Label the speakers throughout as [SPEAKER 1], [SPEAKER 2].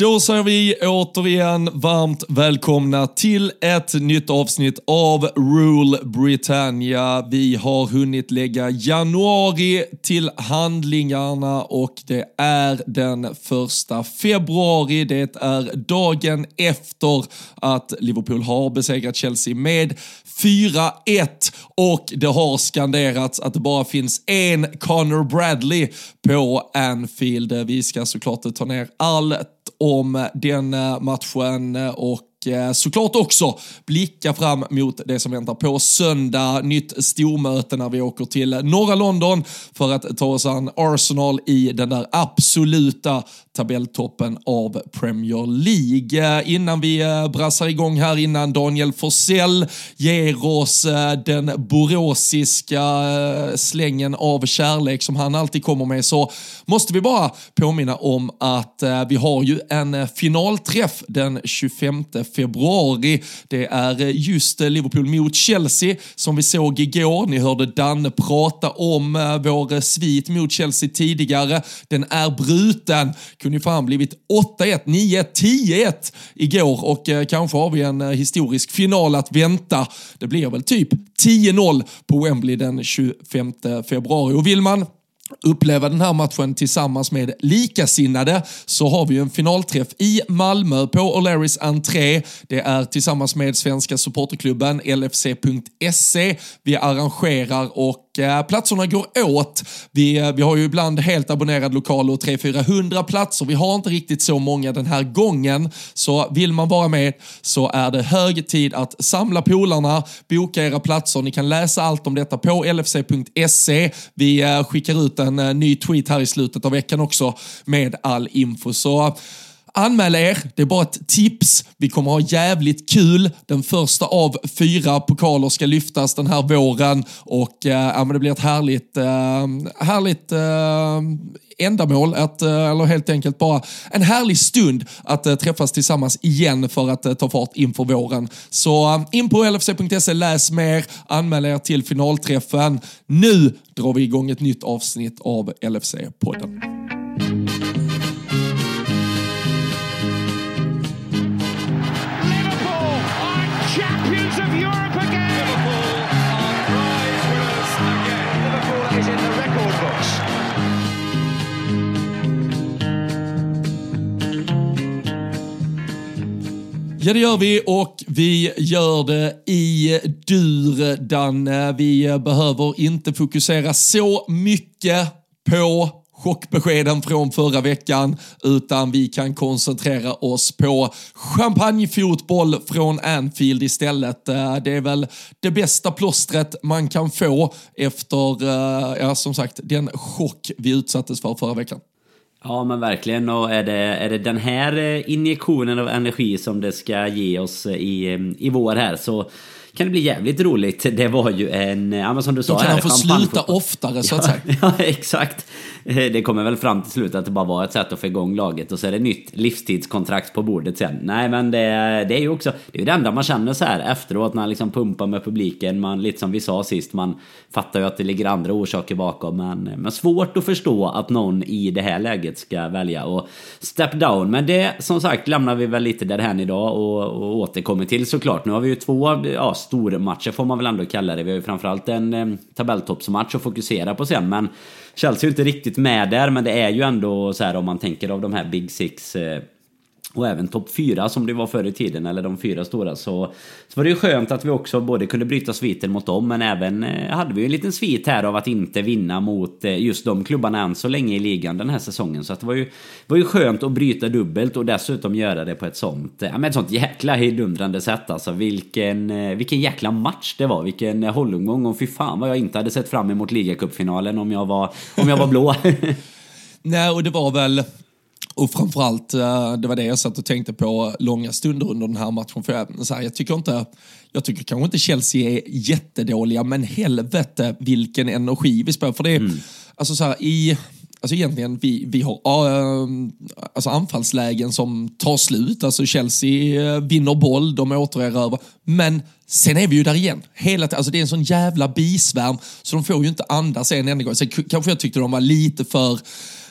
[SPEAKER 1] Då säger vi återigen varmt välkomna till ett nytt avsnitt av Rule Britannia. Vi har hunnit lägga januari till handlingarna och det är den 1 februari. Det är dagen efter att Liverpool har besegrat Chelsea med 4-1 och det har skanderats att det bara finns en Conor Bradley på Anfield. Vi ska såklart ta ner allt om den matchen och såklart också blicka fram mot det som väntar på söndag. Nytt stormöte när vi åker till norra London för att ta oss an Arsenal i den där absoluta tabelltoppen av Premier League. Innan vi brassar igång här, innan Daniel Forsell ger oss den boråsiska slängen av kärlek som han alltid kommer med, så måste vi bara påminna om att vi har ju en finalträff den 25 februari. Det är just Liverpool mot Chelsea som vi såg igår. Ni hörde Danne prata om vår svit mot Chelsea tidigare. Den är bruten. Kunde ju fan blivit 8-1, 9-1, 10-1 igår och kanske har vi en historisk final att vänta. Det blir väl typ 10-0 på Wembley den 25 februari. Och vill man uppleva den här matchen tillsammans med likasinnade så har vi ju en finalträff i Malmö på O'Larrys entré. Det är tillsammans med svenska supporterklubben LFC.se vi arrangerar och platserna går åt. Vi har ju ibland helt abonnerad lokal och 300-400 platser. Vi har inte riktigt så många den här gången, så vill man vara med så är det hög tid att samla polarna, boka era platser. Ni kan läsa allt om detta på LFC.se. Vi skickar ut en ny tweet här i slutet av veckan också med all info, så anmäl er, det är bara ett tips. Vi kommer ha jävligt kul. Den första av 4 pokaler ska lyftas den här våren och men det blir ett härligt ändamål, eller helt enkelt bara en härlig stund att träffas tillsammans igen för att ta fart inför våren. Så in på lfc.se, läs mer, anmäl er till finalträffen. Nu drar vi igång ett nytt avsnitt av LFC-podden. Ja, det gör vi och vi gör det i dur, Danne. Vi behöver inte fokusera så mycket på chockbeskeden från förra veckan utan vi kan koncentrera oss på champagnefotboll från Anfield istället. Det är väl det bästa plåstret man kan få efter, som sagt, den chock vi utsattes för förra veckan.
[SPEAKER 2] Ja, men verkligen. Och är det den här injektionen av energi som det ska ge oss i vår här, så kan det bli jävligt roligt. Det var ju men som du sa,
[SPEAKER 1] då kan han få sluta oftare så att säga.
[SPEAKER 2] Ja, exakt. Det kommer väl fram till slut att det bara var ett sätt att få igång laget och så är det nytt livstidskontrakt på bordet sen. Nej, men det är ju också, det är ju det enda man känner så här efteråt när man liksom pumpar med publiken. Man, lite som vi sa sist, man fattar ju att det ligger andra orsaker bakom, men svårt att förstå att någon i det här läget ska välja och step down. Men det, som sagt, lämnar vi väl lite där här idag och återkommer till såklart. Nu har vi ju 2 stormatcher får man väl ändå kalla det. Vi har ju framförallt en tabelltoppsmatch att fokusera på sen, men Chelsea är inte riktigt med där, men det är ju ändå så här, om man tänker av de här Big Six och även topp 4 som det var förr i tiden, eller de 4 stora, så var det ju skönt att vi också både kunde bryta sviten mot dem, men även hade vi ju en liten svit här av att inte vinna mot just de klubbarna än så länge i ligan den här säsongen, så att det var ju skönt att bryta dubbelt och dessutom göra det på ett sånt jäkla hejdundrande sätt. Alltså vilken jäkla match det var, vilken hållomgång, och fy fan vad jag inte hade sett fram emot ligacupfinalen om jag var blå.
[SPEAKER 1] Nej, och det var väl, och framförallt det var det jag satt och tänkte på långa stunder under den här matchen, för jag tycker kanske inte Chelsea är jättedåliga, men helvete vilken energi vi spelar, för det alltså så här, alltså egentligen vi har alltså anfallslägen som tar slut, alltså Chelsea vinner boll, de återerövrar, men sen är vi ju där igen. Alltså det är en sån jävla bisvärm så de får ju inte andas en enda gång. Så kanske jag tyckte de var lite för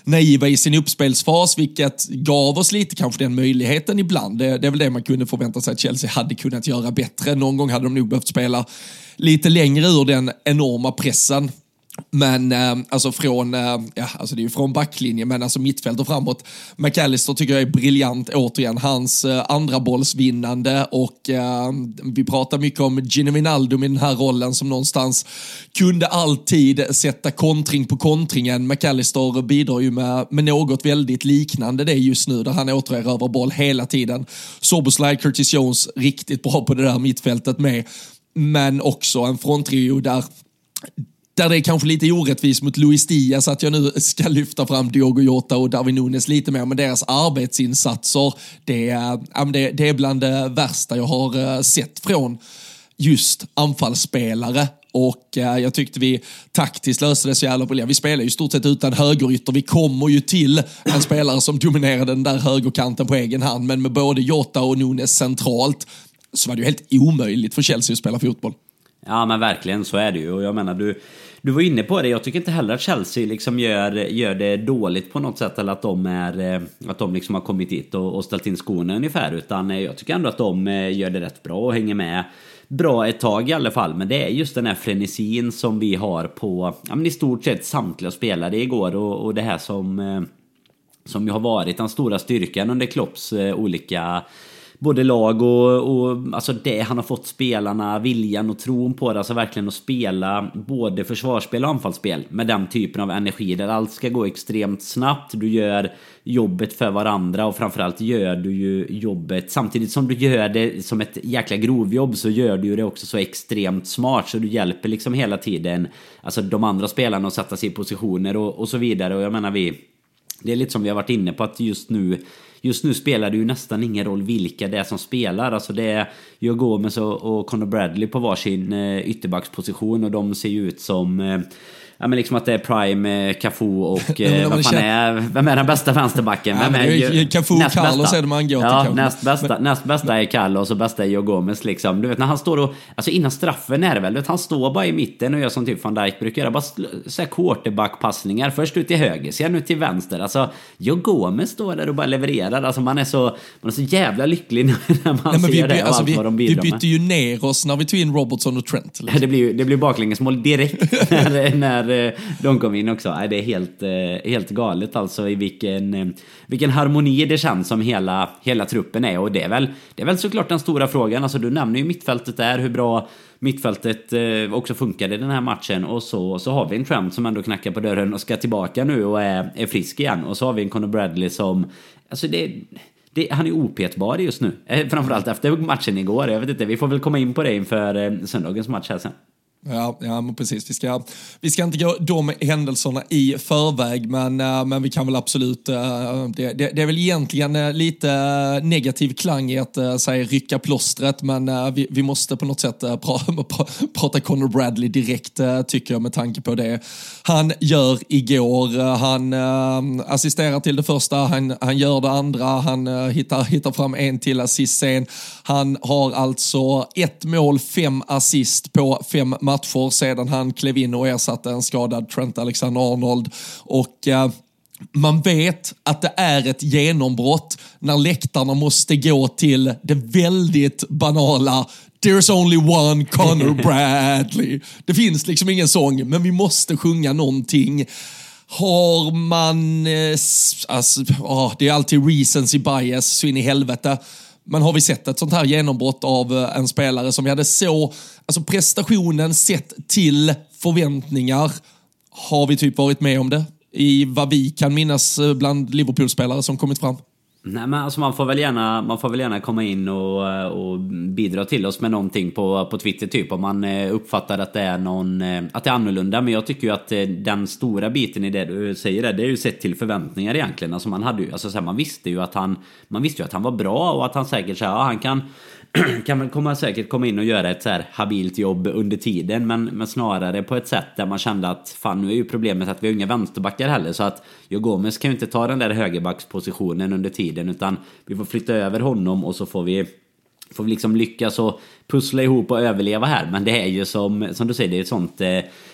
[SPEAKER 1] naiva i sin uppspelsfas, vilket gav oss lite kanske den möjligheten ibland. Det är väl det man kunde förvänta sig att Chelsea hade kunnat göra bättre. Någon gång hade de nog behövt spela lite längre ur den enorma pressen. Men alltså från, alltså det är ju från backlinjen, men alltså mittfält och framåt. McAllister tycker jag är briljant återigen. Hans andra bollsvinnande och vi pratar mycket om Gini Wijnaldum i den här rollen som någonstans kunde alltid sätta kontring på kontringen. McAllister bidrar ju med något väldigt liknande det just nu, där han återerövrar boll hela tiden. Szoboszlai, Curtis Jones riktigt bra på det där mittfältet med, men också en fronttrio där det är kanske lite orättvist mot Luis Diaz att jag nu ska lyfta fram Diogo Jota och Darwin Núñez lite mer, men deras arbetsinsatser, det är bland det värsta jag har sett från just anfallsspelare. Och jag tyckte vi taktiskt löste det så jävla bra. Vi spelar ju stort sett utan högerytter. Vi kommer ju till en spelare som dominerade den där högerkanten på egen hand, men med både Jota och Núñez centralt så var det ju helt omöjligt för Chelsea att spela fotboll.
[SPEAKER 2] Ja, men verkligen så är det ju. Och jag menar, du var inne på det. Jag tycker inte heller att Chelsea liksom gör det dåligt på något sätt, eller att de liksom har kommit hit och ställt in skorna ungefär, utan jag tycker ändå att de gör det rätt bra och hänger med bra ett tag i alla fall. Men det är just den här frenesin som vi har på i stort sett samtliga spelare igår, och det här som ju har varit den stora styrkan under Klopps olika både lag och alltså det han har fått spelarna, viljan och tron på det, alltså verkligen att spela både försvarsspel och anfallsspel med den typen av energi där allt ska gå extremt snabbt. Du gör jobbet för varandra och framförallt gör du ju jobbet samtidigt som du gör det som ett jäkla grovjobb, så gör du ju det också så extremt smart, så du hjälper liksom hela tiden alltså de andra spelarna att sätta sig i positioner och så vidare. Och jag menar, det är lite som vi har varit inne på, att just nu spelar det ju nästan ingen roll vilka det är som spelar. Alltså det är Joe Gomez och Conor Bradley på varsin ytterbacksposition, och de ser ju ut som men liksom att det är Prime, Cafu och vem är den bästa vänsterbacken? Vem är
[SPEAKER 1] Cafu, Carlos är det man går till.
[SPEAKER 2] Näst bästa är Carlos och bästa är Joe Gomez liksom. Du vet när han står och, alltså innan straffen är det väl, han står bara i mitten och gör som typ Van Dijk brukar göra, bara så här quarterback-passningar, först ut till höger, sen ut till vänster. Alltså Joe Gomez står där och bara levererar. Alltså man är så jävla lycklig när man ser det, alltså, vad de bidrar med.
[SPEAKER 1] Vi bytte ju ner oss när vi tog in Robertson och Trent liksom.
[SPEAKER 2] Det blir baklängesmål direkt när de kom in också. Det är helt galet alltså i vilken harmoni det känns som hela truppen är. Och det är väl såklart den stora frågan. Alltså du nämner ju mittfältet där, hur bra mittfältet också funkade i den här matchen. Och så har vi en Trent som ändå knackar på dörren och ska tillbaka nu och är frisk igen. Och så har vi en Conor Bradley som, alltså han är opetbar just nu. Framförallt efter matchen igår. Jag vet inte, vi får väl komma in på det inför söndagens match här sen.
[SPEAKER 1] Ja, men precis. Vi ska inte gå de händelserna i förväg, men vi kan väl absolut, det är väl egentligen lite negativ klang i att säga rycka plåstret, men vi måste på något sätt prata Conor Bradley direkt, tycker jag, med tanke på det han gör igår. Han assisterar till det första, han gör det andra, han hittar fram en till assist sen. Han har alltså 1 mål, 5 assist på 5 matcher sedan han klev in och ersatte en skadad Trent Alexander-Arnold. Och man vet att det är ett genombrott när läktarna måste gå till det väldigt banala "There's only one Conor Bradley". Det finns liksom ingen sång, men vi måste sjunga någonting. Har man det är alltid recency bias så in i helvete. Men har vi sett ett sånt här genombrott av en spelare som vi hade alltså prestationen sett till förväntningar, har vi typ varit med om det i vad vi kan minnas bland Liverpool-spelare som kommit fram?
[SPEAKER 2] Nej, men alltså man får väl gärna komma in och bidra till oss med någonting på Twitter typ, om man uppfattar att det är att det är annorlunda. Men jag tycker ju att den stora biten i det du säger det är ju sett till förväntningar egentligen. Alltså man visste ju att han var bra, och att han säkert han kan väl säkert komma in och göra ett så här habilt jobb under tiden, men snarare på ett sätt där man kände att fan, nu är ju problemet att vi har inga vänsterbackar heller, så att Joe Gomez kan ju inte ta den där högerbackspositionen under tiden, utan vi får flytta över honom, och så får vi liksom lyckas och pussla ihop och överleva här. Men det är ju som du säger, det är ett sånt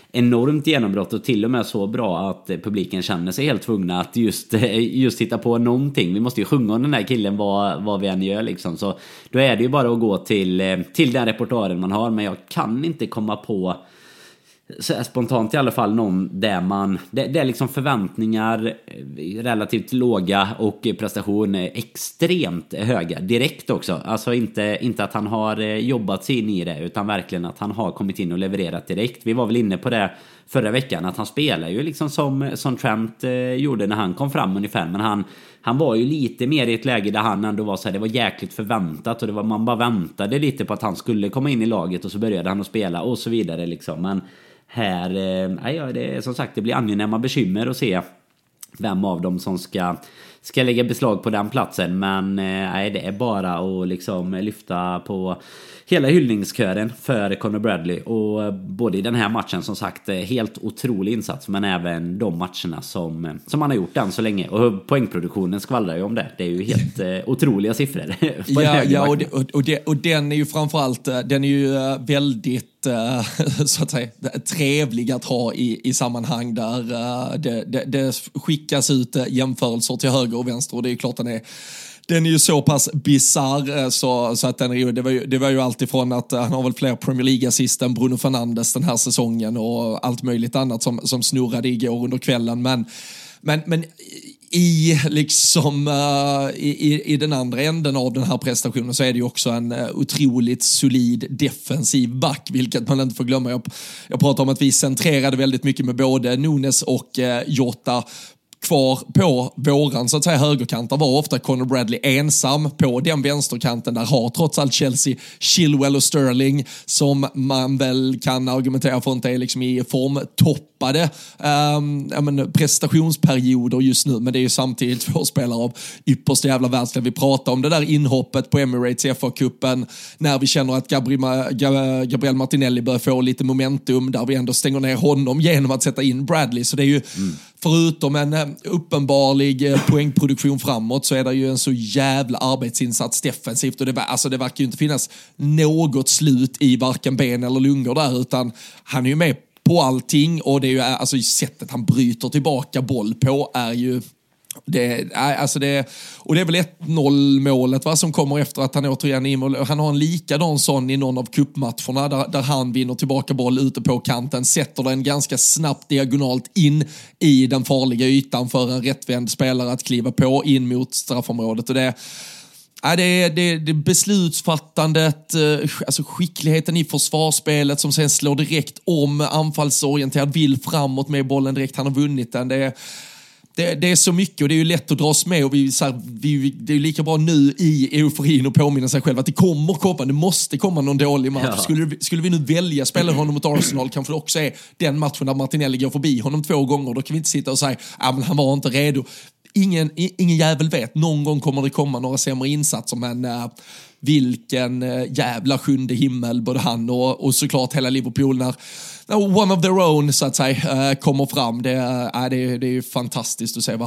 [SPEAKER 2] enormt genombrott och till och med så bra att publiken känner sig helt tvungna att just hitta på någonting. Vi måste ju sjunga om den här killen vad vi än gör liksom. Så då är det ju bara att gå till den repertoaren man har, men jag kan inte komma på så spontant i alla fall någon där det är liksom förväntningar relativt låga och prestation extremt höga direkt också. Alltså inte att han har jobbat sig in i det, utan verkligen att han har kommit in och levererat direkt. Vi var väl inne på det förra veckan, att han spelar ju liksom som Trent gjorde när han kom fram ungefär, men han var ju lite mer i ett läge där han ändå var så här, det var jäkligt förväntat och man bara väntade lite på att han skulle komma in i laget och så började han att spela och så vidare liksom. Men här, det, som sagt, det blir angenäma bekymmer att se vem av dem som ska lägga beslag på den platsen. Men det är bara att liksom lyfta på hela hyllningskören för Conor Bradley. Och både i den här matchen, som sagt, helt otrolig insats, men även de matcherna som han har gjort än så länge. Och poängproduktionen skvallrar ju om det. Det är ju helt otroliga siffror.
[SPEAKER 1] Och den är ju framförallt, den är ju väldigt så att säga trevlig att ha i sammanhang där det skickas ut jämförelser till höger och vänster, och det är ju klart den är ju så pass bizarr så att det var ju alltid från att han har väl fler Premier League-assist än Bruno Fernandes den här säsongen och allt möjligt annat som snurrade igår under kvällen, men i liksom i den andra änden av den här prestationen så är det ju också en otroligt solid defensiv back, vilket man inte får glömma. Jag pratar om att vi centrerade väldigt mycket med både Nunes och Jota. Kvar på våran så att säga högerkanten var ofta Conor Bradley ensam. På den vänsterkanten där har trots allt Chelsea Chilwell och Sterling, som man väl kan argumentera för inte är liksom i formtoppade prestationsperioder just nu, men det är ju samtidigt två spelare av yppersta jävla världsklass. Vi pratar om det där inhoppet på Emirates i FA-cupen när vi känner att Gabriel Martinelli börjar få lite momentum, där vi ändå stänger ner honom genom att sätta in Bradley. Så det är ju förutom en uppenbarlig poängproduktion framåt, så är det ju en så jävla arbetsinsats defensivt, och det verkar ju inte finnas något slut i varken ben eller lungor där, utan han är ju med på allting, och det är ju alltså sättet han bryter tillbaka boll på är ju och det är väl 1-0 målet som kommer efter att han återigen han har en likadan sån i någon av cupmatcherna där han vinner tillbaka boll ute på kanten, sätter den ganska snabbt diagonalt in i den farliga ytan för en rättvänd spelare att kliva på in mot straffområdet. Och det är beslutsfattandet, alltså skickligheten i försvarsspelet som sen slår direkt om, anfallsorienterad, vill framåt med bollen direkt, han har vunnit den. Det är så mycket, och det är ju lätt att dras med, och det är ju lika bra nu i euforin och påminna sig själv att det måste komma någon dålig match. Ja. Skulle vi nu välja spela honom mot Arsenal, kanske det också är den matchen där Martinelli går förbi honom 2 gånger, då kan vi inte sitta och säga men han var inte redo. Ingen jävel vet, någon gång kommer det komma några sämre insatser, men vilken jävla sjunde himmel både han och såklart hela Liverpool när one of their own så att säga kommer fram. Det är ju fantastiskt att se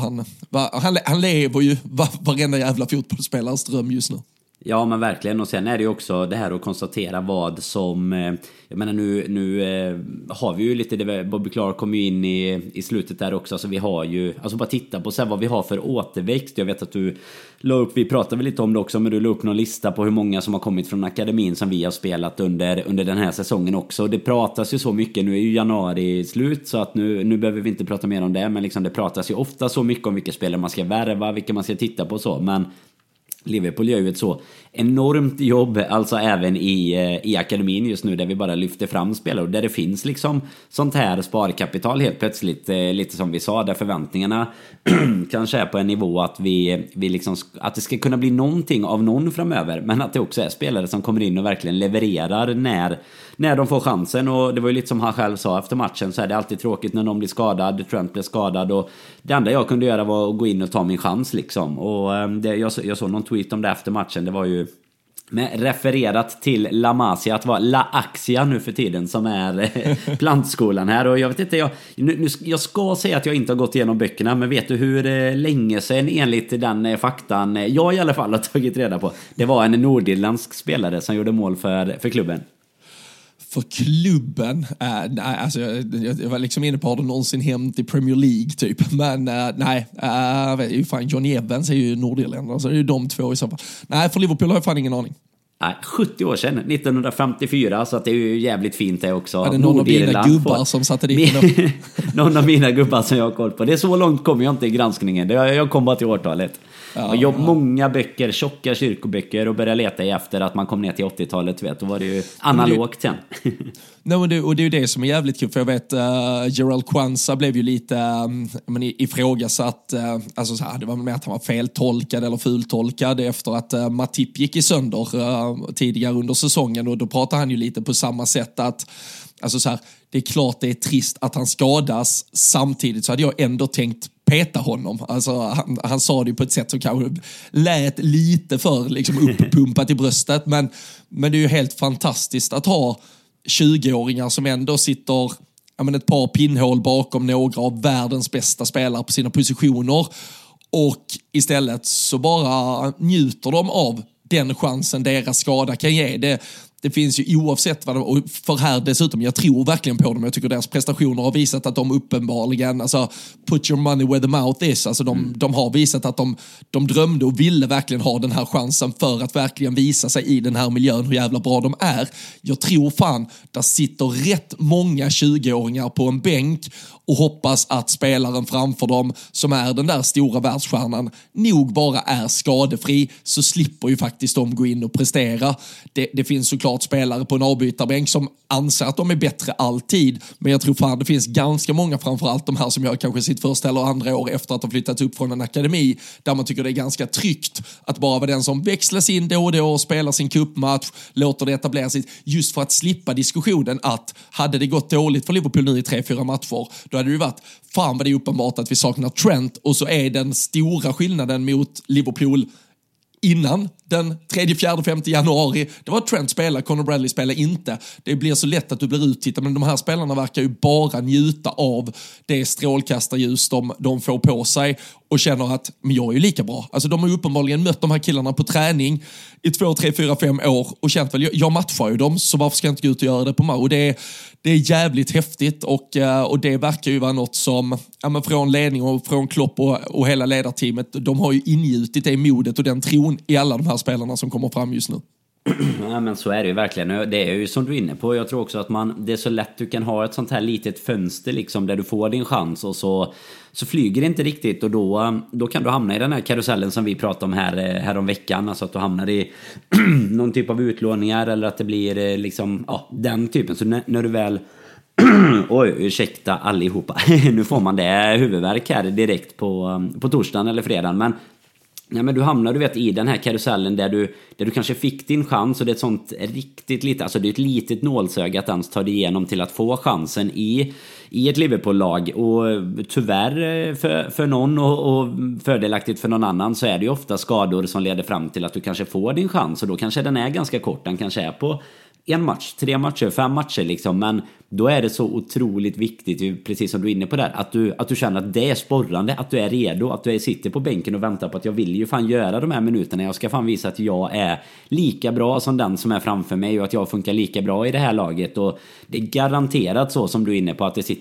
[SPEAKER 1] han lever ju varenda jävla fotbollsspelares dröm just nu.
[SPEAKER 2] Ja, men verkligen. Och sen är det ju också det här att konstatera vad som... Jag menar, nu har vi ju lite... Bobby Clark kom ju in i slutet där också. Alltså vi har ju... Alltså bara titta på så här, vad vi har för återväxt. Jag vet att du la upp... Vi pratade väl lite om det också, men du la upp någon lista på hur många som har kommit från akademin som vi har spelat under den här säsongen också. Det pratas ju så mycket. Nu är ju januari slut, så att nu behöver vi inte prata mer om det. Men liksom det pratas ju ofta så mycket om vilka spelare man ska värva, vilka man ska titta på och så. Men... Liverpool gör ju ett så enormt jobb, alltså även i akademin just nu, där vi bara lyfter fram spelare och där det finns liksom sånt här sparkapital helt plötsligt, lite som vi sa, där förväntningarna kanske är på en nivå att vi liksom, att det ska kunna bli någonting av någon framöver, men att det också är spelare som kommer in och verkligen levererar när de får chansen. Och det var ju lite som han själv sa efter matchen, så är det alltid tråkigt när någon blir skadad. Trent blev skadad och det enda jag kunde göra var att gå in och ta min chans liksom. Och jag såg någon tweet om det efter matchen. Det var ju refererat till La Masia, att vara La Axia nu för tiden, som är plantskolan här. Och jag vet inte, jag ska säga att jag inte har gått igenom böckerna, men vet du hur länge sedan enligt den faktan jag i alla fall har tagit reda på? Det var en nordirländsk spelare som gjorde mål för klubben.
[SPEAKER 1] för klubben, nej, alltså jag var liksom inne på, har du någonsin hänt i Premier League typ, men nej, fan, Johnny Evans är ju nordirländare, så det är ju de två i så fall. Nej, för Liverpool har jag fan ingen aning.
[SPEAKER 2] Nej, 70 år sedan, 1954, så att det är ju jävligt fint det också.
[SPEAKER 1] Är det någon av dina gubbar som satte dit den?
[SPEAKER 2] Någon av mina gubbar som jag har koll på. Det är så långt kommer jag inte i granskningen. Jag kom bara till årtalet. Jag många böcker, tjocka kyrkoböcker, och började leta efter att man kom ner till 80-talet, vet. Då var det ju analogt sen.
[SPEAKER 1] Nej, och det är ju det som är jävligt kul, för jag vet Gerald Kwanza blev ju lite ifrågasatt, alltså så här, det var med att han var feltolkad eller fultolkad efter att Matip gick i sönder tidigare under säsongen, och då pratade han ju lite på samma sätt att, alltså så här, det är klart det är trist att han skadas, samtidigt så hade jag ändå tänkt peta honom. Alltså, han sa det ju på ett sätt som kanske lät lite för liksom uppumpat i bröstet, men det är ju helt fantastiskt att ha 20-åringar som ändå sitter ett par pinnhål bakom några av världens bästa spelare på sina positioner, och istället så bara njuter de av den chansen deras skada kan ge. Det finns ju oavsett vad och för här dessutom, jag tror verkligen på dem. Jag tycker deras prestationer har visat att de uppenbarligen, alltså put your money where the mouth is, alltså de har visat att de drömde och ville verkligen ha den här chansen för att verkligen visa sig i den här miljön hur jävla bra de är. Jag tror fan, där sitter rätt många 20-åringar på en bänk och hoppas att spelaren framför dem, som är den där stora världsstjärnan, nog bara är skadefri, så slipper ju faktiskt de gå in och prestera. Det finns såklart spelare på en avbytarbänk som anser att de är bättre alltid, men jag tror fan det finns ganska många, framförallt de här som gör kanske sitt första eller andra år efter att ha flyttat upp från en akademi, där man tycker det är ganska tryggt att bara vara den som växlas in då och då och spelar sin cupmatch, låter det etablera sig, just för att slippa diskussionen att hade det gått dåligt för Liverpool nu i 3-4 matcher, då hade det ju varit, fan vad det är uppenbart att vi saknar Trent, och så är den stora skillnaden mot Liverpool innan den 3, 4, 5 januari, det var att Trent spelar, Conor Bradley spelar inte. Det blir så lätt att du blir uttittad, men de här spelarna verkar ju bara njuta av det strålkastarljus de får på sig och känner att, men jag är ju lika bra. Alltså de har ju uppenbarligen mött de här killarna på träning i 2, 3, 4, 5 år och känt väl, jag matchar ju dem, så varför ska jag inte gå ut och göra det på mig? Och det är jävligt häftigt, och det verkar ju vara något som, från ledning och från Klopp och hela ledarteamet, de har ju ingjutit det modet och den tron i alla de här spelarna som kommer fram just nu.
[SPEAKER 2] Ja, men så är det ju verkligen. Det är ju som du är inne på. Jag tror också att det är så lätt du kan ha ett sånt här litet fönster liksom, där du får din chans, och så flyger det inte riktigt, och då kan du hamna i den här karusellen som vi pratade om här om veckan, alltså att du hamnar i någon typ av utlåningar, eller att det blir liksom, den typen. Så när du väl oj, ursäkta allihopa. Nu får man det huvudvärk här direkt på torsdagen eller fredagen, men du hamnar, du vet, i den här karusellen där du kanske fick din chans, och det är ett sånt riktigt litet, alltså det är ett litet nålsöga att ens ta dig igenom till att få chansen i ett Liverpool-lag, och tyvärr för någon och fördelaktigt för någon annan, så är det ju ofta skador som leder fram till att du kanske får din chans, och då kanske den är ganska kort, den kanske är på 1 match, 3 matcher, 5 matcher liksom, men då är det så otroligt viktigt, precis som du är inne på där, att du känner att det är sporrande, att du är redo, att du sitter på bänken och väntar på att jag vill ju fan göra de här minuterna, jag ska fan visa att jag är lika bra som den som är framför mig, och att jag funkar lika bra i det här laget. Och det är garanterat så som du är inne på, att det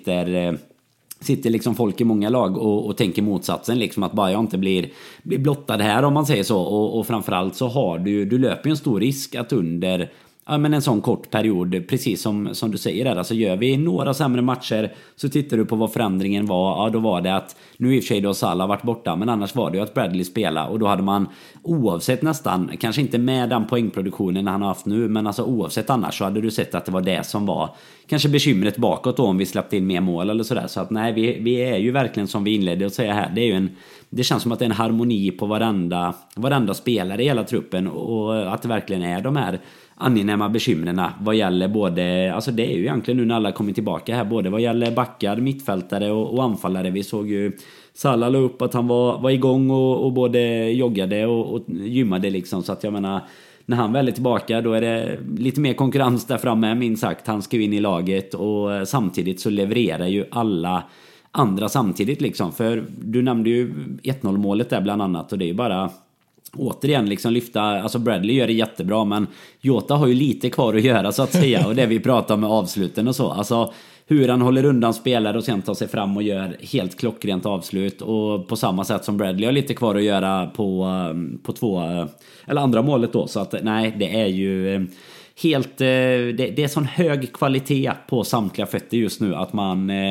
[SPEAKER 2] sitter liksom folk i många lag och tänker motsatsen, liksom att bara jag inte blir blottad här, om man säger så, och framförallt så har du löper en stor risk att under en sån kort period, precis som du säger där, alltså gör vi några sämre matcher, så tittar du på vad förändringen var, då var det att, nu i och för sig då Salah varit borta, men annars var det ju att Bradley spela, och då hade man oavsett nästan, kanske inte med den poängproduktionen han har haft nu, men alltså oavsett annars, så hade du sett att det var det som var kanske bekymret bakåt då, om vi släppte in mer mål eller sådär. Så att nej, vi är ju verkligen, som vi inledde att säga här, det är ju det känns som att det är en harmoni på varenda spelare i hela truppen, och att det verkligen är de här angenäma bekymren vad gäller både, alltså det är ju egentligen nu när alla kommer tillbaka här, både vad gäller backar, mittfältare och anfallare. Vi såg ju Salah la upp att han var igång och både joggade och gymmade liksom, så att jag menar, när han väl är tillbaka, då är det lite mer konkurrens där framme, minst sagt. Han ska in i laget, och samtidigt så levererar ju alla andra samtidigt liksom. För du nämnde ju 1-0 målet där bland annat, och det är ju bara, återigen liksom lyfta, alltså Bradley gör det jättebra, men Jota har ju lite kvar att göra så att säga, och det vi pratar om med avsluten och så, alltså hur han håller undan spelare och sen tar sig fram och gör helt klockrent avslut, och på samma sätt som Bradley har lite kvar att göra på två, eller andra målet då, så att nej, det är ju helt, det är sån hög kvalitet på samtliga fötter just nu att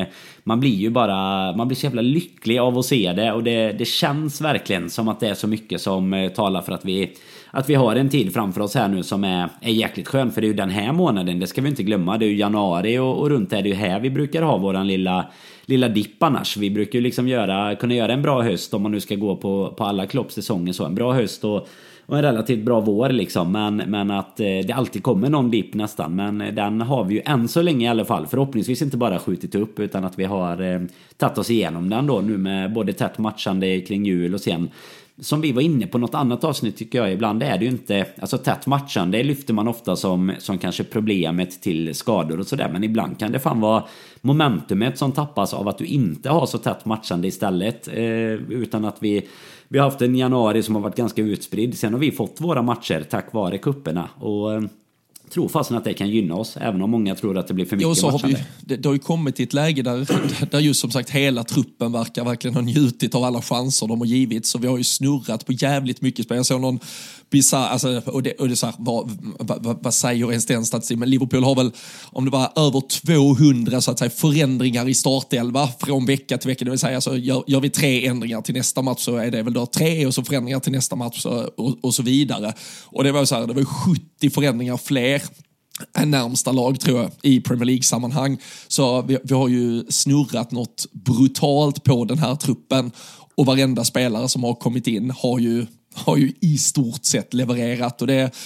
[SPEAKER 2] man blir ju bara, man blir så jävla lycklig av att se det, och det känns verkligen som att det är så mycket som talar för att vi har en tid framför oss här nu som är jäkligt skön, för det är ju den här månaden, det ska vi inte glömma, det är ju januari och runt är det ju här vi brukar ha våran lilla dipp annars. Vi brukar ju liksom kunna göra en bra höst om man nu ska gå på alla Klopps säsonger, så en bra höst och en relativt bra vår liksom, men att det alltid kommer någon dipp nästan, men den har vi ju än så länge i alla fall förhoppningsvis inte bara skjutit upp, utan att vi har tagit oss igenom den då nu med både tätt matchande kring jul, och sen som vi var inne på något annat avsnitt tycker jag, ibland är det ju inte, alltså tätt matchande, det lyfter man ofta som kanske problemet till skador och sådär, men ibland kan det fan vara momentumet som tappas av att du inte har så tätt matchande istället, utan att vi har haft en januari som har varit ganska utspridd. Sen har vi fått våra matcher tack vare kupperna, och tror fastän att det kan gynna oss, även om många tror att det blir för mycket matchande.
[SPEAKER 1] Det har ju kommit till ett läge där just som sagt hela truppen verkar verkligen ha njutit av alla chanser de har givit, så vi har ju snurrat på jävligt mycket spel. Jag såg någon bizarr, alltså, och det är så här, vad säger ens den statistik, men Liverpool har väl, om det var över 200 så att säga förändringar i startelva från vecka till vecka, det vill säga alltså, gör vi 3 ändringar till nästa match så är det väl då 3, och så förändringar till nästa match och så vidare, och det var så här, det var 70 förändringar fler än närmsta lag tror jag i Premier League-sammanhang, så vi har ju snurrat något brutalt på den här truppen, och varenda spelare som har kommit in har ju i stort sett levererat, och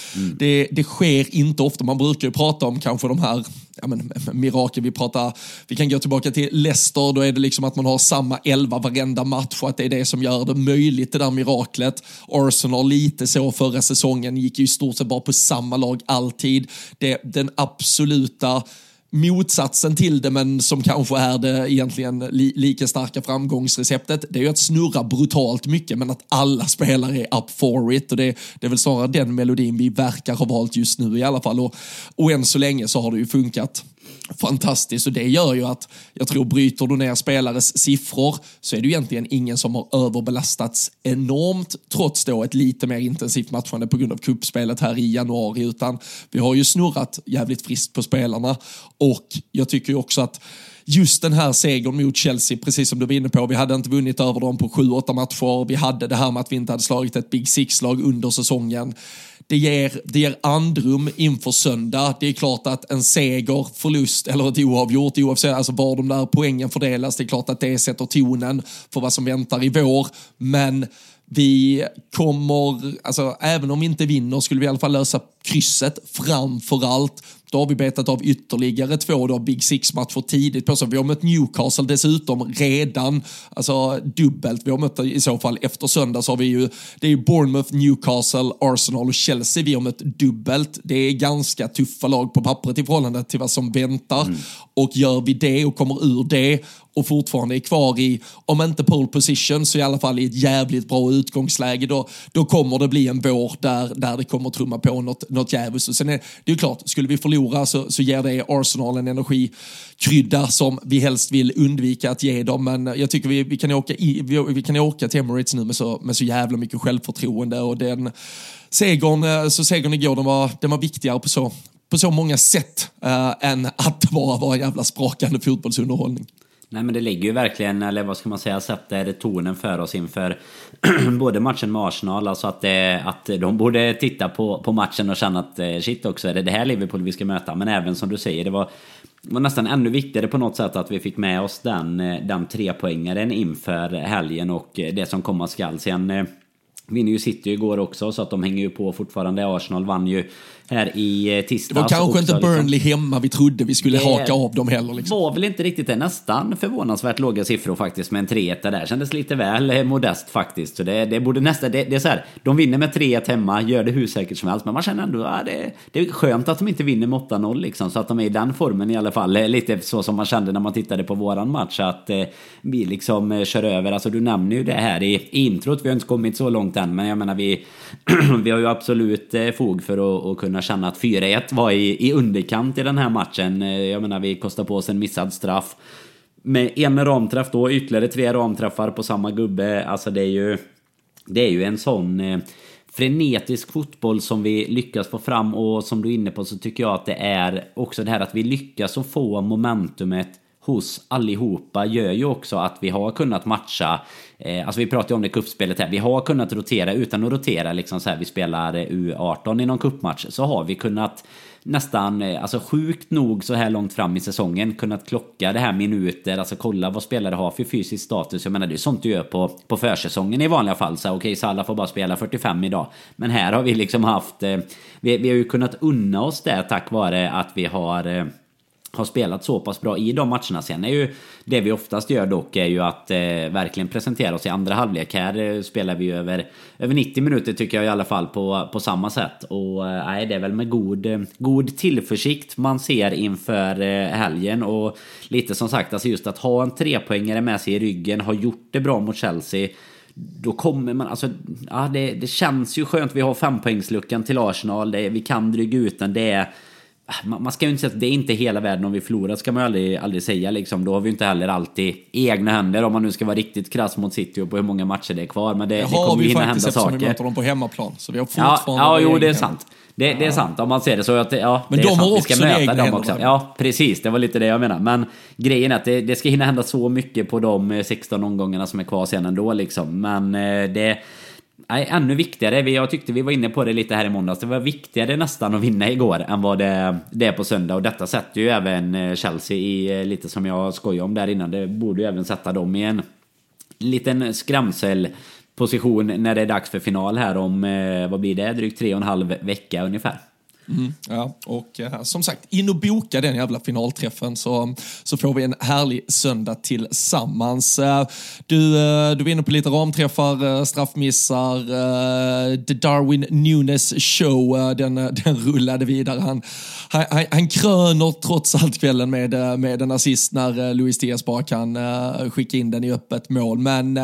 [SPEAKER 1] det sker inte ofta. Man brukar ju prata om kanske de här mirakel, vi kan gå tillbaka till Leicester, då är det liksom att man har samma 11 varenda match, och att det är det som gör det möjligt, det där miraklet. Arsenal lite så förra säsongen, gick ju i stort sett bara på samma lag alltid. Den absoluta motsatsen till det, men som kanske är det egentligen lika starka framgångsreceptet, det är ju att snurra brutalt mycket, men att alla spelare är up for it, och det är väl snarare den melodin vi verkar ha valt just nu i alla fall, och än så länge så har det ju funkat fantastiskt, och det gör ju att jag tror, bryter du ner spelares siffror så är det ju egentligen ingen som har överbelastats enormt, trots då ett lite mer intensivt matchande på grund av kuppspelet här i januari, utan vi har ju snurrat jävligt friskt på spelarna, och jag tycker ju också att just den här segern mot Chelsea, precis som du var inne på, vi hade inte vunnit över dem på 7-8 matcher, vi hade det här med att vi inte hade slagit ett Big Six-lag under säsongen. Det ger andrum inför söndag. Det är klart att en seger, förlust eller ett oavgjort, oavsett alltså var de där poängen fördelas, det är klart att det sätter tonen för vad som väntar i vår, men vi kommer, alltså även om vi inte vinner skulle vi i alla fall lösa krysset framför allt. Då har vi betat av ytterligare 2 då Big Six-matcher tidigt på sig. Vi har mött Newcastle dessutom redan, alltså dubbelt. Vi har mött i så fall efter söndag, så har vi ju, det är ju Bournemouth, Newcastle, Arsenal och Chelsea vi har mött dubbelt. Det är ganska tuffa lag på pappret i förhållande till vad som väntar. Och gör vi det och kommer ur det och fortfarande är kvar i, om inte pole position så i alla fall i ett jävligt bra utgångsläge, då kommer det bli en vår där det kommer trumma på något jävligt. Och sen är det ju klart, skulle vi förlora så ger det Arsenal en energikrydda som vi helst vill undvika att ge dem, men jag tycker vi kan åka till Emirates nu med så jävla mycket självförtroende, och den segern igår den var viktigare på så många sätt än att det var en jävla sprakande fotbollsunderhållning.
[SPEAKER 2] Nej, men det ligger ju verkligen, eller vad ska man säga, sätter tonen för oss inför både matchen med Arsenal, alltså att de borde titta på matchen och känna att shit också, är det här Liverpool vi ska möta, men även som du säger, det var nästan ännu viktigare på något sätt att vi fick med oss den 3-poängaren inför helgen och det som komma skall. Sen vinner ju City igår också, så att de hänger ju på fortfarande. Arsenal vann ju här i tisdags. Det
[SPEAKER 1] var kanske också, inte Burnley liksom hemma vi trodde vi skulle haka av dem heller. Liksom.
[SPEAKER 2] Var väl inte riktigt det, nästan förvånansvärt låga siffror faktiskt, med en 3-1 där. Kändes lite väl modest faktiskt. Så det borde nästan, det är så här, de vinner med 3-1 hemma, gör det hur säkert som helst, men man känner ändå, det är skönt att de inte vinner med 8-0 liksom, så att de är i den formen i alla fall. Lite så som man kände när man tittade på våran match, att vi liksom kör över. Alltså du nämner ju det här i introt, vi har inte kommit så långt långt än, men jag menar vi har ju absolut fog för att kunna känna att 4-1 var i underkant i den här matchen. Jag menar, vi kostar på oss en missad straff med en ramträff då, ytterligare 3 ramträffar på samma gubbe. Alltså det är ju en sån frenetisk fotboll som vi lyckas få fram, och som du är inne på så tycker jag att det är också det här att vi lyckas att få momentumet hos allihopa gör ju också att vi har kunnat matcha, alltså vi pratade om det kuppspelet här, vi har kunnat rotera utan att rotera liksom så här, vi spelar U18 i någon kuppmatch, så har vi kunnat nästan, alltså sjukt nog så här långt fram i säsongen kunnat klocka det här minuter, alltså kolla vad spelare har för fysisk status. Jag menar, det är sånt du gör på försäsongen i vanliga fall, så okej, Salah får bara spela 45 idag, men här har vi liksom haft, vi har ju kunnat unna oss det tack vare att vi har spelat så pass bra i de matcherna. Sen är ju det vi oftast gör dock är ju att verkligen presentera oss i andra halvlek. Här spelar vi ju över 90 minuter tycker jag i alla fall på samma sätt. Och nej, det är väl med god tillförsikt man ser inför helgen. Och lite som sagt, alltså just att ha en 3-poängare med sig i ryggen, har gjort det bra mot Chelsea, då kommer man, alltså ja, det känns ju skönt. Vi har 5-poängsluckan till Arsenal, vi kan dryga ut den. Det är, man ska ju inte säga att det är inte hela världen om vi förlorar, ska man ju aldrig säga liksom. Då har vi inte heller alltid egna händer, om man nu ska vara riktigt krass mot City och på hur många matcher det är kvar. Men det kommer ju hinna hända saker. Vi möter
[SPEAKER 1] dem på hemmaplan, så vi har fortfarande
[SPEAKER 2] jo, det är sant. Det är sant om man ser det så att
[SPEAKER 1] men
[SPEAKER 2] det
[SPEAKER 1] de
[SPEAKER 2] är sant.
[SPEAKER 1] har
[SPEAKER 2] Vi
[SPEAKER 1] också
[SPEAKER 2] ska möta dem också.
[SPEAKER 1] händer.
[SPEAKER 2] Ja, precis, det var lite det jag menar. Men grejen är att det ska hinna hända så mycket på de 16 omgångarna som är kvar sen ändå liksom. Men det nej, ännu viktigare, jag tyckte vi var inne på det lite här i måndags, det var viktigare nästan att vinna igår än vad det är på söndag. Och detta sätter ju även Chelsea i, lite som jag skojade om där innan, det borde ju även sätta dem i en liten skrämselposition när det är dags för final här om, vad blir det, drygt 3,5 vecka ungefär.
[SPEAKER 1] Ja, och som sagt, in och boka den jävla finalträffen så får vi en härlig söndag tillsammans. Du var inne på lite ramträffar, straffmissar, The Darwin Núñez show, den rullade vidare. Han kröner trots allt kvällen med en assist när Luis Diaz bara kan skicka in den i öppet mål. Men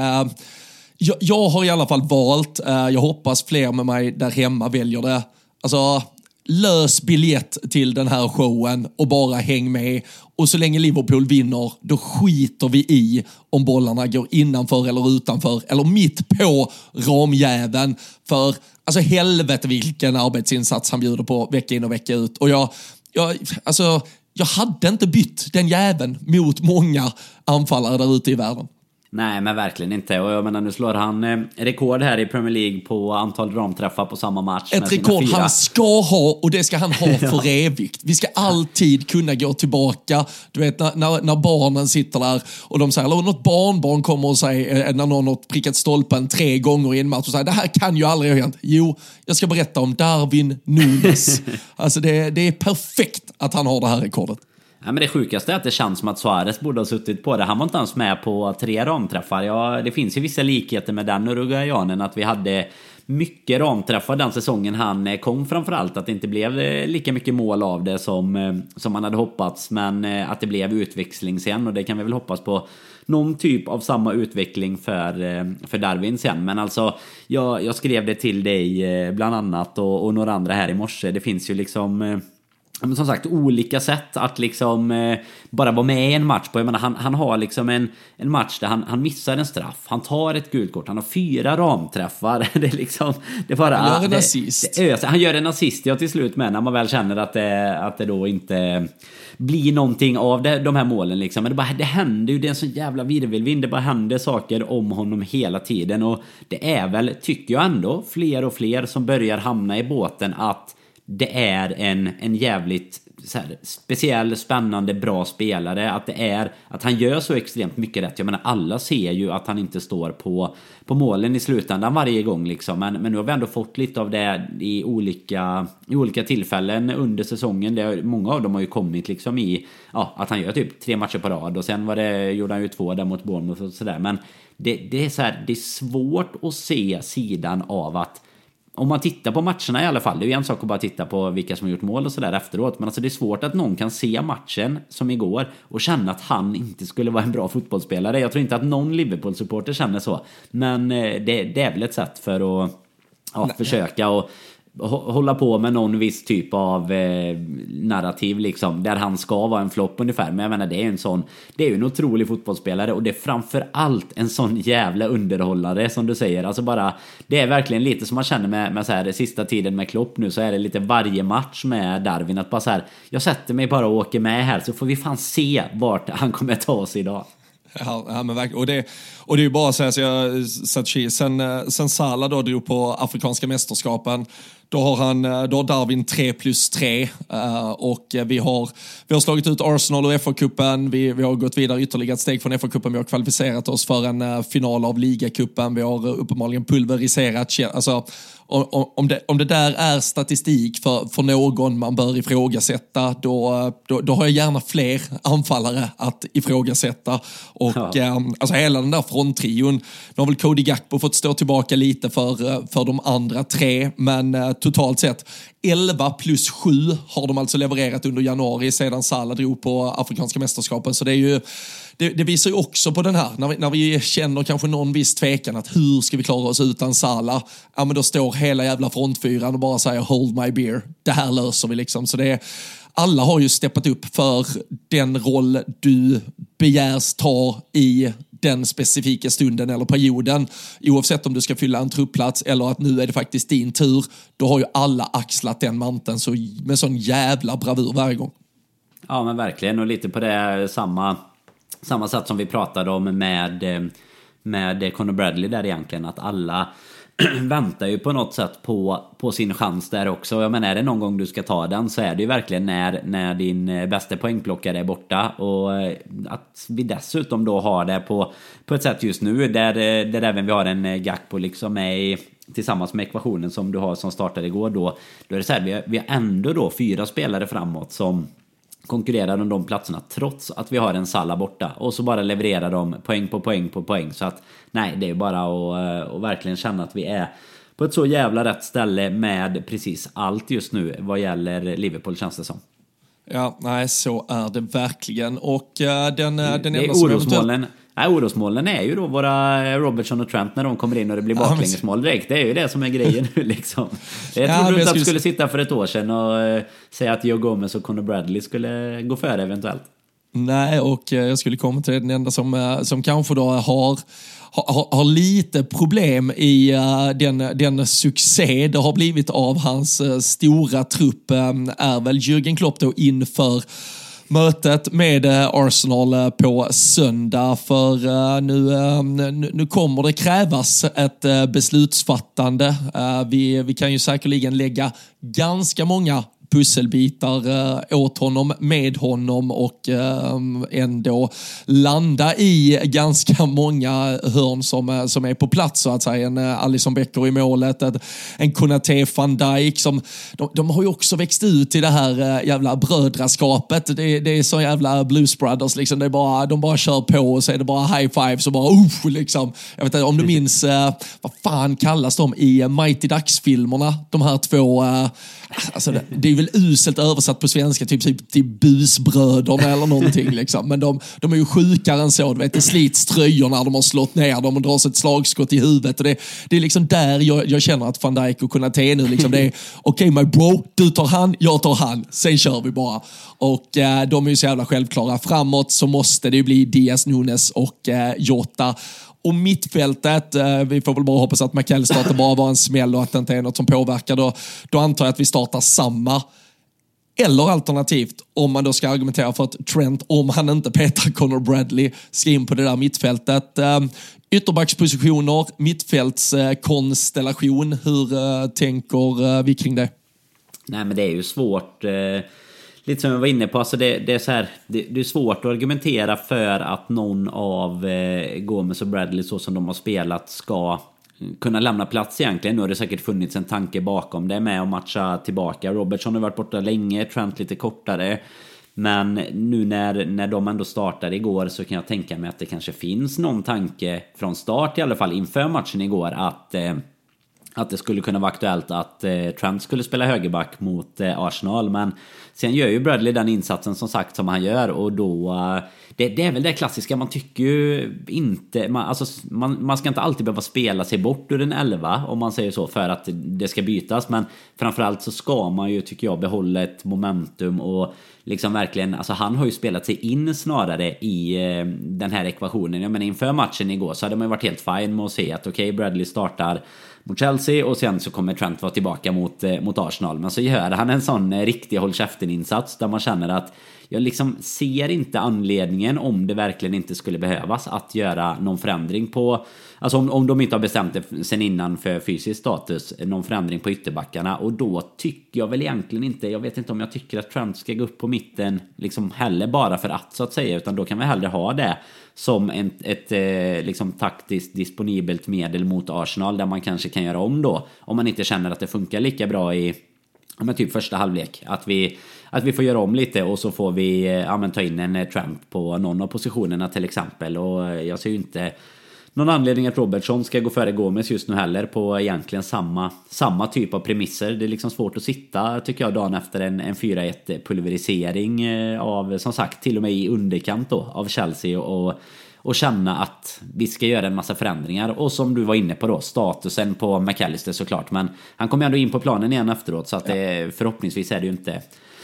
[SPEAKER 1] jag har i alla fall valt, jag hoppas fler med mig där hemma väljer det. Alltså, lös biljett till den här showen och bara häng med. Och så länge Liverpool vinner, då skiter vi i om bollarna går innanför eller utanför eller mitt på ramjäveln. För alltså helvete vilken arbetsinsats han bjuder på vecka in och vecka ut. Och jag hade inte bytt den jäveln mot många anfallare där ute i världen.
[SPEAKER 2] Nej, men verkligen inte. Och jag menar, nu slår han rekord här i Premier League på antal ramträffar på samma match.
[SPEAKER 1] Ett rekord han ska ha, och det ska han ha för evigt. Vi ska alltid kunna gå tillbaka. Du vet, när barnen sitter där och de säger, eller något barnbarn kommer och säger, när någon har prickat stolpen 3 gånger i en match och säger, det här kan ju aldrig ha hänt. Jo, jag ska berätta om Darwin Núñez. Alltså det är perfekt att han har det här rekordet.
[SPEAKER 2] Ja, men det sjukaste är att det känns som att Suarez borde ha suttit på det. Han var inte ens med på 3 ramträffar. Ja, det finns ju vissa likheter med den uruguayanen, att vi hade mycket ramträffar den säsongen han kom, framförallt att det inte blev lika mycket mål av det som man hade hoppats, men att det blev utväxling sen, och det kan vi väl hoppas på någon typ av samma utveckling för Darwin sen. Men alltså, jag skrev det till dig bland annat och några andra här i morse. Det finns ju liksom, men som sagt, olika sätt att liksom bara vara med i en match på. Jag menar, han har liksom en match där han missar en straff, han tar ett gult kort, han har 4 ramträffar. Det är liksom, det bara,
[SPEAKER 1] han gör en assist.
[SPEAKER 2] Han gör en assist, ja, till slut, med när man väl känner att det då inte blir någonting av de här målen liksom. Men det händer ju, det är en sån jävla virvelvind, det bara händer saker om honom hela tiden. Och det är väl, tycker jag ändå, fler och fler som börjar hamna i båten att det är en jävligt så här, speciell, spännande, bra spelare. Att han gör så extremt mycket rätt. Jag menar, alla ser ju att han inte står på målen i slutändan varje gång liksom. Men nu har vi ändå fått lite av det i olika tillfällen under säsongen. Många av dem har ju kommit liksom i att han gör typ 3 matcher på rad. Och sen gjorde han ju 2 där mot Bournemouth och sådär. Men det är så här, det är svårt att se sidan av att om man tittar på matcherna i alla fall, det är ju en sak att bara titta på vilka som har gjort mål och sådär efteråt, men alltså det är svårt att någon kan se matchen som igår och känna att han inte skulle vara en bra fotbollsspelare. Jag tror inte att någon Liverpool-supporter känner så, men det är väl ett sätt för att försöka och hålla på med någon viss typ av narrativ liksom, där han ska vara en flopp ungefär. Men jag menar, det är ju en otrolig fotbollsspelare, och det är framförallt en sån jävla underhållare som du säger. Alltså bara, det är verkligen lite som man känner med så här, sista tiden med Klopp nu, så är det lite varje match med Darwin, att bara så här, jag sätter mig bara och åker med här, så får vi fan se vart han kommer ta oss idag.
[SPEAKER 1] Ja, men verkligen. Och det är ju bara så här, sen Salah då drog på afrikanska mästerskapen, då har Darwin 3+3 och vi har slagit ut Arsenal och FA-cupen, vi har gått vidare ytterligare ett steg från FA-cupen, vi har kvalificerat oss för en final av ligacupen, vi har uppenbarligen pulveriserat, alltså om det där är statistik för någon man bör ifrågasätta, då har jag gärna fler anfallare att ifrågasätta. Och alltså hela den där fronttrion, nu har väl Cody Gakpo fått stå tillbaka lite för de andra tre, men totalt sett 11+7 har de alltså levererat under januari sedan Salah drog på afrikanska mästerskapen. Så det är ju, det visar ju också på den här, när vi känner kanske någon viss tvekan att hur ska vi klara oss utan Salah, ja men då står hela jävla frontfyran och bara säger hold my beer, det här löser vi liksom. Så det är, alla har ju steppat upp för den roll du begärs ta i den specifika stunden eller perioden. Oavsett om du ska fylla en truppplats eller att nu är det faktiskt din tur, då har ju alla axlat den manteln med sån jävla bravur varje gång.
[SPEAKER 2] Ja men verkligen, och lite på det samma sätt som vi pratade om med Conor Bradley där egentligen, att alla väntar ju på något sätt på sin chans där också. Jag menar, är det någon gång du ska ta den, så är det ju verkligen när din bästa poängplockare är borta, och att vi dessutom då har det på ett sätt just nu där även vi har en Gakpo liksom med tillsammans med ekvationen som du har som startade igår, då är det så här, vi har ändå då 4 spelare framåt som konkurrerar om de platserna trots att vi har en Salah borta, och så bara levererar de poäng på poäng på poäng. Så att nej, det är bara att verkligen känna att vi är på ett så jävla rätt ställe med precis allt just nu vad gäller Liverpool, känns det som.
[SPEAKER 1] Ja, nej, så är det verkligen. Och den enda
[SPEAKER 2] orosmolnen. Orosmålen är ju då våra Robertson och Trent när de kommer in och det blir baklängesmål direkt. Det är ju det som är grejen nu liksom. Jag trodde inte att du skulle sitta för ett år sedan och säga att Joe Gomez och Conor Bradley skulle gå före eventuellt.
[SPEAKER 1] Nej, och jag skulle komma till den enda som kanske då har lite problem i den succé det har blivit av hans stora trupp, är väl Jürgen Klopp då inför mötet med Arsenal på söndag. För nu kommer det krävas ett beslutsfattande. Vi kan ju säkerligen lägga ganska många pusselbitar åt honom, med honom, och ändå landa i ganska många hörn som är på plats, så att säga. En Alisson Becker i målet, en Konaté, Van Dijk, som de har ju också växt ut i det här jävla brödraskapet. Det är så jävla Blues Brothers liksom. Det är bara, de bara kör på, och så är det bara high fives och bara liksom. Jag vet inte om du minns vad fan kallas de i Mighty Ducks-filmerna, de här två, alltså det är väl uselt översatt på svenska, typ till busbröderna eller någonting liksom. Men de är ju sjukare än så, du vet, det slits tröjor när de har slått ner dem och dras ett slagskott i huvudet, och det är liksom där jag känner att Van Dijk och Konaté nu liksom, det är okej, my bro, du tar han, jag tar han, sen kör vi bara. Och de är ju så jävla självklara. Framåt så måste det ju bli Diaz, Nunes och Jota. Och mittfältet, vi får väl bara hoppas att McAllister bara var en smäll och att det inte är något som påverkar. Då antar jag att vi startar samma. Eller alternativt, om man då ska argumentera för att Trent, om han inte petar Conor Bradley, ska in på det där mittfältet. Ytterbackspositioner, mittfältskonstellation, hur tänker vi kring det?
[SPEAKER 2] Nej, men det är ju svårt. Lite som jag var inne på, alltså det är så här, det är svårt att argumentera för att någon av Gomez och Bradley, så som de har spelat, ska kunna lämna plats egentligen. Nu har det säkert funnits en tanke bakom det med att matcha tillbaka. Robertson har varit borta länge, Trent lite kortare. Men nu när de ändå startade igår, så kan jag tänka mig att det kanske finns någon tanke från start i alla fall inför matchen igår att det skulle kunna vara aktuellt att Trent skulle spela högerback mot Arsenal. Men sen gör ju Bradley den insatsen som sagt som han gör. Och då, det är väl det klassiska. Man tycker ju inte... Man ska inte alltid behöva spela sig bort ur en 11, om man säger så, för att det ska bytas. Men framförallt så ska man ju, tycker jag, behålla ett momentum och liksom verkligen... Alltså han har ju spelat sig in snarare i den här ekvationen. Jag menar, inför matchen igår så hade man ju varit helt fine med att se att okej, Bradley startar mot Chelsea och sen så kommer Trent vara tillbaka mot Arsenal. Men så gör han en sån riktig håll käften-insats där man känner att jag liksom ser inte anledningen, om det verkligen inte skulle behövas, att göra någon förändring på... Alltså om de inte har bestämt det sen innan för fysisk status, någon förändring på ytterbackarna. Och då tycker jag väl egentligen inte... Jag vet inte om jag tycker att Trent ska gå upp på mitten liksom heller bara för att, så att säga. Utan då kan vi hellre ha det som ett liksom taktiskt disponibelt medel mot Arsenal, där man kanske kan göra om då, om man inte känner att det funkar lika bra i typ första halvlek, att vi får göra om lite och så får vi ta in en Trent på någon av positionerna till exempel. Och jag ser ju inte någon anledning att Robertson ska gå före Gomez just nu heller på egentligen samma typ av premisser. Det är liksom svårt att sitta, tycker jag, dagen efter en 4-1 pulverisering av, som sagt, till och med i underkant då, av Chelsea och känna att vi ska göra en massa förändringar. Och som du var inne på då, statusen på McAllister såklart, men han kommer ändå in på planen igen efteråt, så att förhoppningsvis är det ju inte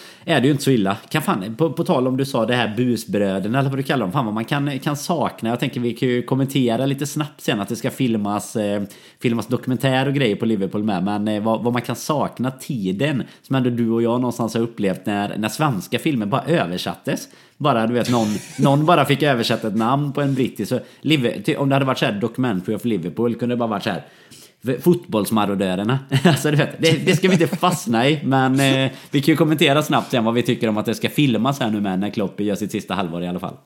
[SPEAKER 2] så illa. På tal om du sa det här busbröden eller vad du kallar dem, fan vad man kan sakna. Jag tänker vi kan ju kommentera lite snabbt sen att det ska filmas dokumentär och grejer på Liverpool med, men vad man kan sakna tiden som ändå du och jag någonstans har upplevt när svenska filmer bara översattes. Bara, du vet, någon bara fick översätta ett namn på en brittisk. Så, om det hade varit så här documentary of Liverpool, kunde det bara varit så här fotbollsmarodörerna. Alltså, du vet, det ska vi inte fastna i. Men vi kan ju kommentera snabbt sen vad vi tycker om att det ska filmas här nu med när Klopp gör sitt sista halvår i alla fall.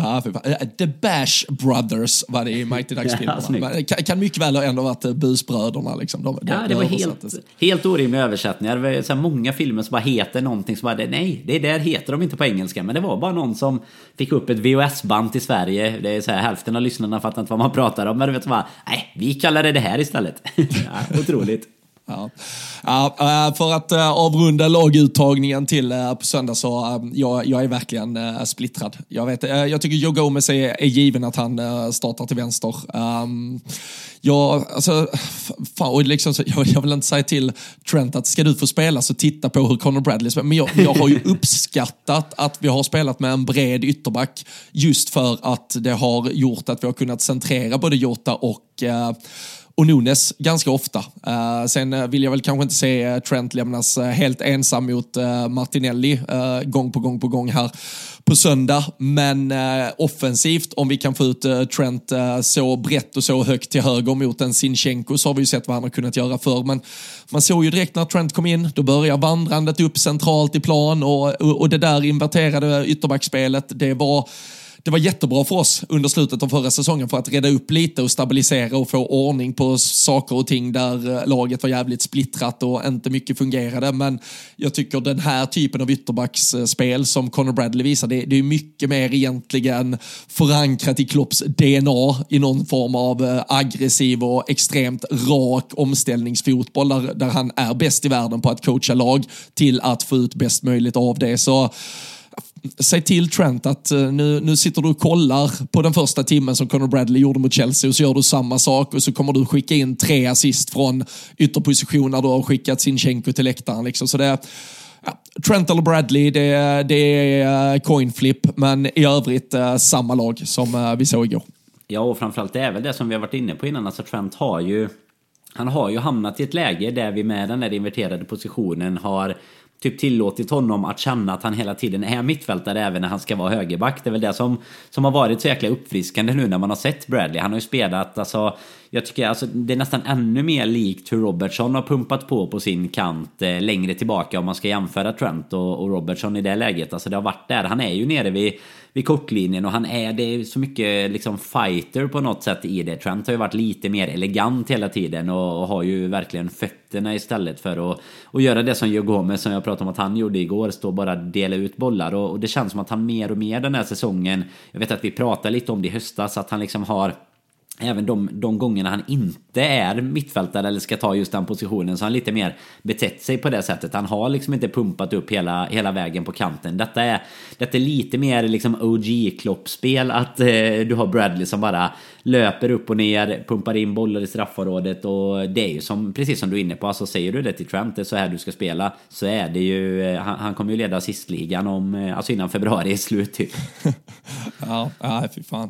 [SPEAKER 1] The Bash Brothers var det i Mighty Ducks-filmerna. Kan mycket väl ändå varit busbröderna liksom.
[SPEAKER 2] Det var helt orimliga översättningar. Det var så många filmer som bara heter någonting som bara, nej, det där heter de inte på engelska. Men det var bara någon som fick upp ett VHS-band till Sverige. Det är så här, hälften av lyssnarna fattar inte vad man pratar om. Men du vet bara, nej, vi kallar det här istället. Otroligt.
[SPEAKER 1] För att avrunda laguttagningen till på söndag, så jag är verkligen splittrad. Jag tycker Joe Gomez är given att han startar till vänster. Jag vill inte säga till Trent att ska du få spela så titta på hur Conor Bradley spelar. Men jag har ju uppskattat att vi har spelat med en bred ytterback just för att det har gjort att vi har kunnat centrera både Jota och Nunes ganska ofta. Sen vill jag väl kanske inte se Trent lämnas helt ensam mot Martinelli gång på gång här på söndag. Men offensivt, om vi kan få ut Trent så brett och så högt till höger mot en Zinchenko, så har vi ju sett vad han har kunnat göra för. Men man såg ju direkt när Trent kom in, då börjar vandrandet upp centralt i plan och det där inverterade ytterbackspelet, det var jättebra för oss under slutet av förra säsongen för att reda upp lite och stabilisera och få ordning på saker och ting där laget var jävligt splittrat och inte mycket fungerade. Men jag tycker den här typen av ytterbacksspel som Conor Bradley visar, det är mycket mer egentligen förankrat i Klopps DNA i någon form av aggressiv och extremt rak omställningsfotboll där han är bäst i världen på att coacha lag till att få ut bäst möjligt av det. Så säg till Trent att nu sitter du och kollar på den första timmen som Conor Bradley gjorde mot Chelsea, och så gör du samma sak och så kommer du skicka in 3 assist från ytterposition när du har skickat Zinchenko till läktaren liksom. Så det Trent eller Bradley, det är coin flip, men i övrigt samma lag som vi såg igår.
[SPEAKER 2] Ja, och framförallt det är väl det som vi har varit inne på innan, alltså Trent har ju hamnat i ett läge där vi med den där inverterade positionen har typ tillåtit honom att känna att han hela tiden är mittfältare även när han ska vara högerback. Det är väl det som har varit så jäkla uppfriskande nu när man har sett Bradley. Han har ju spelat, alltså, jag tycker alltså, det är nästan ännu mer likt hur Robertson har pumpat på sin kant längre tillbaka om man ska jämföra Trent och Robertson i det läget. Alltså det har varit där. Han är ju nere vid kortlinjen och det är så mycket liksom fighter på något sätt i det. Trent har ju varit lite mer elegant hela tiden och har ju verkligen fötterna istället för att göra det som Joe Gomez, som jag pratade om att han gjorde igår, stå och bara dela ut bollar, och det känns som att han mer och mer den här säsongen, jag vet att vi pratade lite om det i höstas, att han liksom har även de gångerna han inte är mittfältare eller ska ta just den positionen, så han lite mer betett sig på det sättet. Han har liksom inte pumpat upp hela vägen på kanten. Detta är lite mer liksom OG-kloppspel, att du har Bradley som bara löper upp och ner, pumpar in bollar i straffområdet, och det är ju precis som du är inne på, alltså säger du det till Trent, det är så här du ska spela, så är det ju, han kommer ju leda assistligan alltså innan februari är slut typ.
[SPEAKER 1] Ja, fy fan.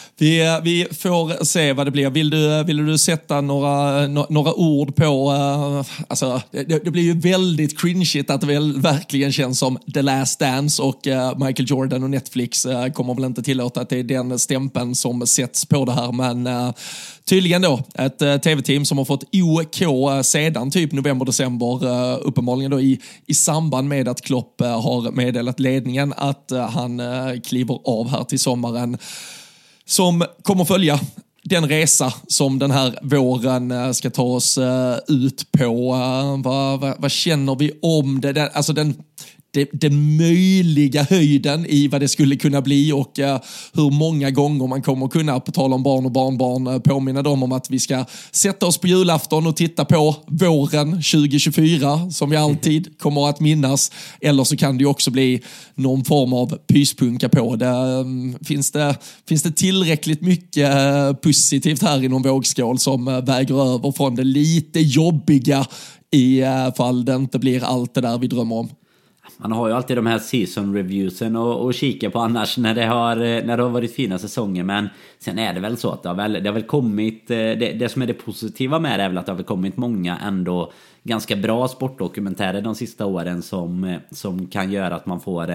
[SPEAKER 1] Vi får se vad det blir. Vill du sätta några ord på... Alltså, det blir ju väldigt cringeigt att det väl verkligen känns som The Last Dance, och Michael Jordan och Netflix kommer väl inte tillåta att det är den stämpeln som sätts på det här. Men tydligen då, ett tv-team som har fått OK sedan typ november-december, uppenbarligen då i samband med att Klopp har meddelat ledningen att han kliver av här till sommaren, som kommer följa den resa som den här våren ska ta oss ut på. Vad känner vi om det? Alltså den möjliga höjden i vad det skulle kunna bli, och hur många gånger man kommer kunna, på tal om barn och barnbarn, påminna dem om att vi ska sätta oss på julafton och titta på våren 2024 som vi alltid kommer att minnas. Eller så kan det ju också bli någon form av pyspunka på det. Finns det tillräckligt mycket positivt här i någon vågskål som väger över från det lite jobbiga i fall det inte blir allt det där vi drömmer om?
[SPEAKER 2] Man har ju alltid de här season reviewsen och kika på annars när det har varit fina säsonger. Men sen är det väl så att det har väl kommit, det som är det positiva med det är väl att det har kommit många ändå ganska bra sportdokumentärer de sista åren som kan göra att man får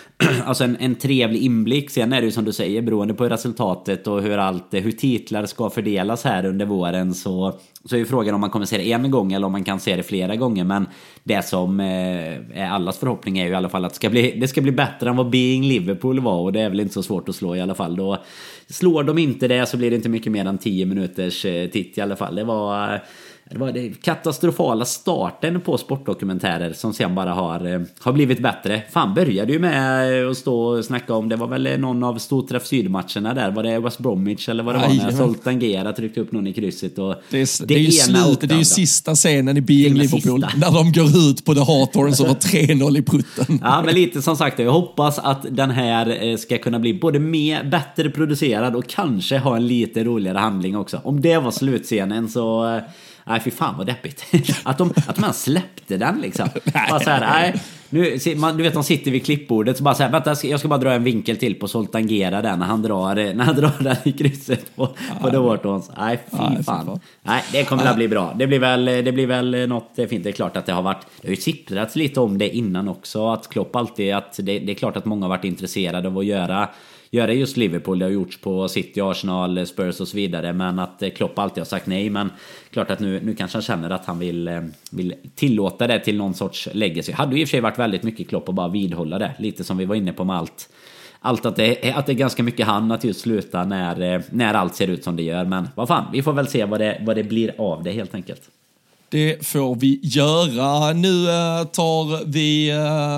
[SPEAKER 2] en trevlig inblick. Sen är det ju som du säger, beroende på resultatet och hur titlar ska fördelas här under våren, så är ju frågan om man kommer se det en gång eller om man kan se det flera gånger. Men det som är allas förhoppning är ju i alla fall att det ska bli bättre än vad Being Liverpool var, och det är väl inte så svårt att slå i alla fall. Då slår de inte det så blir det inte mycket mer än 10 minuters titt i alla fall. Det var det katastrofala starten på sportdokumentärer som sen bara har blivit bättre. Fan, började ju med att stå och snacka om, det var väl någon av Storträff Syd-matcherna där, var det West Bromwich eller vad det var, när Zoltan Gera tryckte upp någon i krysset, och det är ju slutet, det är ju sista scenen i Being Liverpool när de går ut på The Hawthorns och var 3-0 i prutten. Ja, men lite som sagt, jag hoppas att den här ska kunna bli både bättre producerad och kanske ha en lite roligare handling också. Om det var slutscenen så... Nej, fy fan vad deppigt. Att de släppte den liksom. Bara så här, nej. Nu, du vet, de sitter vid klippbordet så bara så här, vänta, jag ska bara dra en vinkel till på Zoltan Gera där när han drar den i krysset på The Whartons. Nej, fy fan. Nej, det kommer att bli bra. Det blir väl något fint. Det är klart att det har ju sipprats lite om det innan också, att Klopp alltid, att det är klart att många har varit intresserade av att göra just Liverpool. Det har gjorts på City, Arsenal, Spurs och så vidare, men att Klopp alltid har sagt nej. Men klart att nu kanske han känner att han vill tillåta det till någon sorts legacy. Hade ju i och för sig varit väldigt mycket Klopp att bara vidhålla det, lite som vi var inne på med allt att det är ganska mycket han att just sluta när allt ser ut som det gör. Men vad fan, vi får väl se vad det blir av det helt enkelt.
[SPEAKER 1] Det får vi göra. Nu tar vi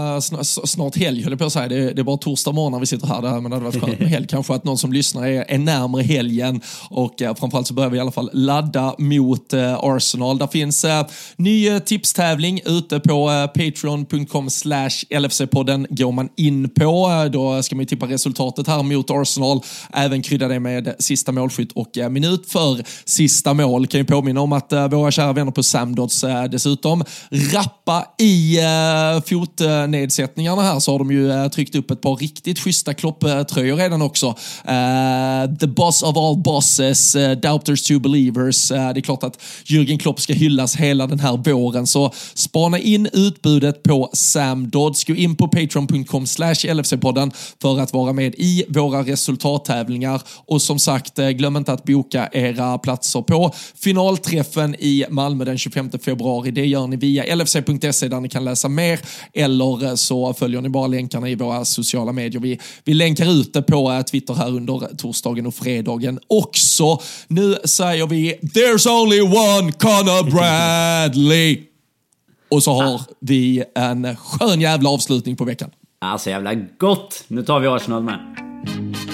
[SPEAKER 1] snart helg, höll jag på att säga. Det är bara torsdag morgon när vi sitter här, men det hade varit skönt med helg. Kanske att någon som lyssnar är närmare helgen, och framförallt så börjar vi i alla fall ladda mot Arsenal. Där finns ny tipstävling ute på patreon.com/LFC-podden. Går man in på, då ska man ju tippa resultatet här mot Arsenal. Även krydda det med sista målskytt och minut för sista mål. Kan ju påminna om att våra kära vänner på Samdots dessutom rappa i fotnedsättningarna här, så har de ju tryckt upp ett par riktigt schyssta Klopp-tröjor redan också. The boss of all bosses, doubters to believers. Det är klart att Jürgen Klopp ska hyllas hela den här våren, så spana in utbudet på Samdots. Gå in på patreon.com/LFC-podden för att vara med i våra resultattävlingar, och som sagt, glöm inte att boka era platser på finalträffen i Malmö den 25 februari. Det gör ni via lfc.se där ni kan läsa mer, eller så följer ni bara länkarna i våra sociala medier. Vi länkar ut det på Twitter här under torsdagen och fredagen också. Nu säger vi There's only one Conor Bradley. Och så har vi en skön jävla avslutning på veckan.
[SPEAKER 2] Alltså jävla gott. Nu tar vi Arsenal med.